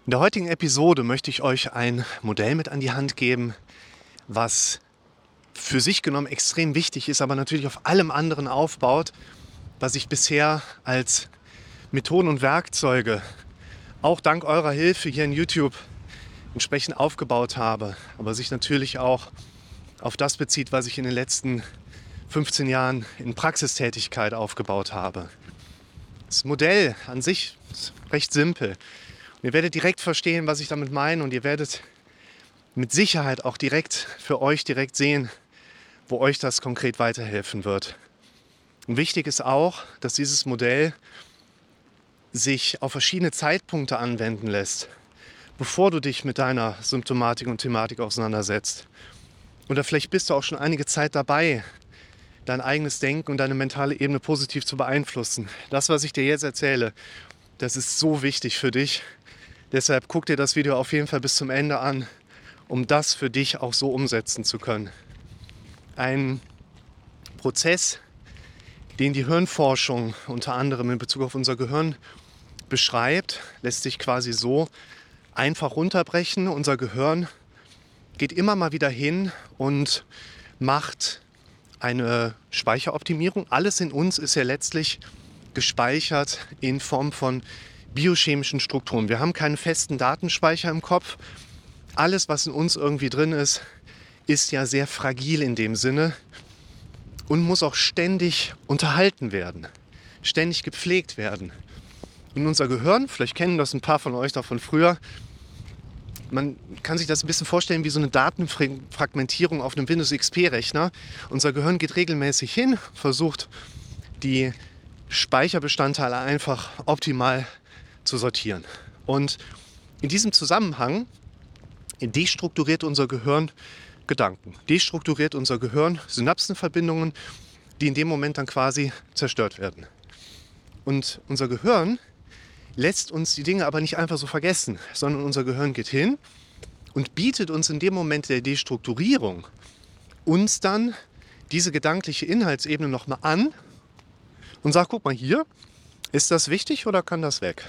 In der heutigen Episode möchte ich euch ein Modell mit an die Hand geben, was für sich genommen extrem wichtig ist, aber natürlich auf allem anderen aufbaut, was ich bisher als Methoden und Werkzeuge, auch dank eurer Hilfe hier in YouTube, entsprechend aufgebaut habe, aber sich natürlich auch auf das bezieht, was ich in den letzten 15 Jahren in Praxistätigkeit aufgebaut habe. Das Modell an sich ist recht simpel. Und ihr werdet direkt verstehen, was ich damit meine, und ihr werdet mit Sicherheit auch direkt für euch direkt sehen, wo euch das konkret weiterhelfen wird. Und wichtig ist auch, dass dieses Modell sich auf verschiedene Zeitpunkte anwenden lässt, bevor du dich mit deiner Symptomatik und Thematik auseinandersetzt. Oder vielleicht bist du auch schon einige Zeit dabei, dein eigenes Denken und deine mentale Ebene positiv zu beeinflussen. Das, was ich dir jetzt erzähle, das ist so wichtig für dich. Deshalb guck dir das Video auf jeden Fall bis zum Ende an, um das für dich auch so umsetzen zu können. Ein Prozess, den die Hirnforschung unter anderem in Bezug auf unser Gehirn beschreibt, lässt sich quasi so einfach runterbrechen. Unser Gehirn geht immer mal wieder hin und macht eine Speicheroptimierung. Alles in uns ist ja letztlich gespeichert in Form von biochemischen Strukturen. Wir haben keinen festen Datenspeicher im Kopf. Alles, was in uns irgendwie drin ist, ist ja sehr fragil in dem Sinne und muss auch ständig unterhalten werden, ständig gepflegt werden. Und unser Gehirn, vielleicht kennen das ein paar von euch noch von früher, man kann sich das ein bisschen vorstellen wie so eine Datenfragmentierung auf einem Windows XP-Rechner. Unser Gehirn geht regelmäßig hin, versucht die Speicherbestandteile einfach optimal zu sortieren. Und in diesem Zusammenhang destrukturiert unser Gehirn Gedanken, destrukturiert unser Gehirn Synapsenverbindungen, die in dem Moment dann quasi zerstört werden. Und unser Gehirn lässt uns die Dinge aber nicht einfach so vergessen, sondern unser Gehirn geht hin und bietet uns in dem Moment der Destrukturierung uns dann diese gedankliche Inhaltsebene nochmal an und sagt, guck mal hier, ist das wichtig oder kann das weg?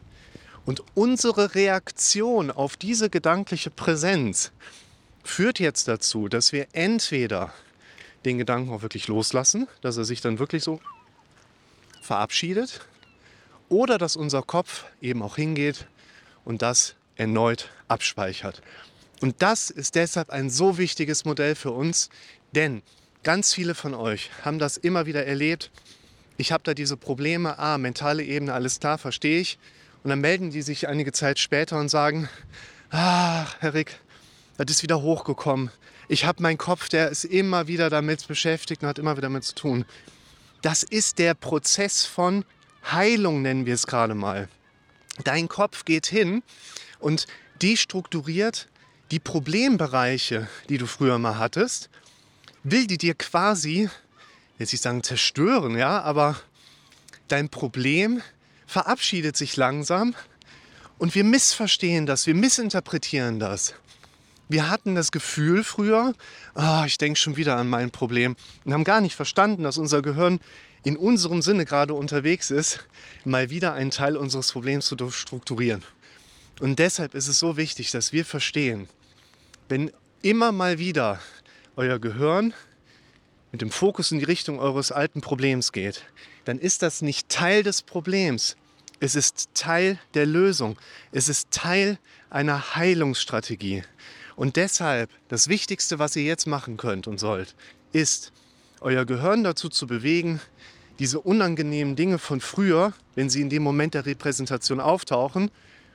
Und unsere Reaktion auf diese gedankliche Präsenz führt jetzt dazu, dass wir entweder den Gedanken auch wirklich loslassen, dass er sich dann wirklich so verabschiedet, oder dass unser Kopf eben auch hingeht und das erneut abspeichert. Und das ist deshalb ein so wichtiges Modell für uns, denn ganz viele von euch haben das immer wieder erlebt. Ich habe da diese Probleme, mentale Ebene, alles klar, verstehe ich. Und dann melden die sich einige Zeit später und sagen, ach, Herr Rick, das ist wieder hochgekommen. Ich habe meinen Kopf, der ist immer wieder damit beschäftigt und hat immer wieder damit zu tun. Das ist der Prozess von Heilung, nennen wir es gerade mal. Dein Kopf geht hin und destrukturiert die Problembereiche, die du früher mal hattest, will die dir quasi, jetzt nicht sagen zerstören, ja, aber dein Problem verabschiedet sich langsam und wir missverstehen das, wir missinterpretieren das. Wir hatten das Gefühl früher, ich denke schon wieder an mein Problem, und haben gar nicht verstanden, dass unser Gehirn in unserem Sinne gerade unterwegs ist, mal wieder einen Teil unseres Problems zu strukturieren. Und deshalb ist es so wichtig, dass wir verstehen, wenn immer mal wieder euer Gehirn mit dem Fokus in die Richtung eures alten Problems geht, dann ist das nicht Teil des Problems. Es ist Teil der Lösung. Es ist Teil einer Heilungsstrategie. Und deshalb, das Wichtigste, was ihr jetzt machen könnt und sollt, ist, euer Gehirn dazu zu bewegen, diese unangenehmen Dinge von früher, wenn sie in dem Moment der Repräsentation auftauchen,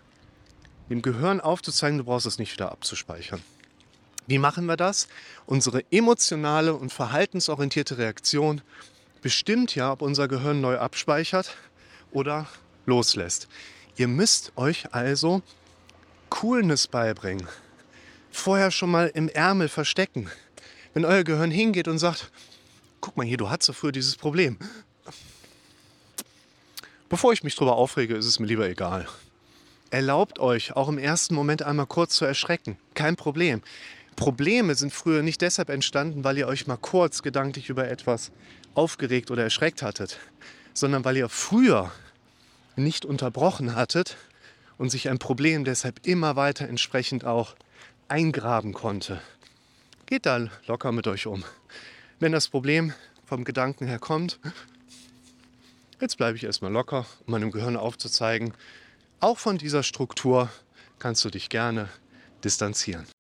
dem Gehirn aufzuzeigen, du brauchst es nicht wieder abzuspeichern. Wie machen wir das? Unsere emotionale und verhaltensorientierte Reaktion bestimmt ja, ob unser Gehirn neu abspeichert oder loslässt. Ihr müsst euch also Coolness beibringen. Vorher schon mal im Ärmel verstecken. Wenn euer Gehirn hingeht und sagt, guck mal hier, du hattest so früher dieses Problem. Bevor ich mich drüber aufrege, ist es mir lieber egal. Erlaubt euch, auch im ersten Moment einmal kurz zu erschrecken. Kein Problem. Probleme sind früher nicht deshalb entstanden, weil ihr euch mal kurz gedanklich über etwas aufgeregt oder erschreckt hattet, sondern weil ihr früher nicht unterbrochen hattet und sich ein Problem deshalb immer weiter entsprechend auch eingraben konnte. Geht da locker mit euch um. Wenn das Problem vom Gedanken her kommt, jetzt bleibe ich erstmal locker, um meinem Gehirn aufzuzeigen, auch von dieser Struktur kannst du dich gerne distanzieren.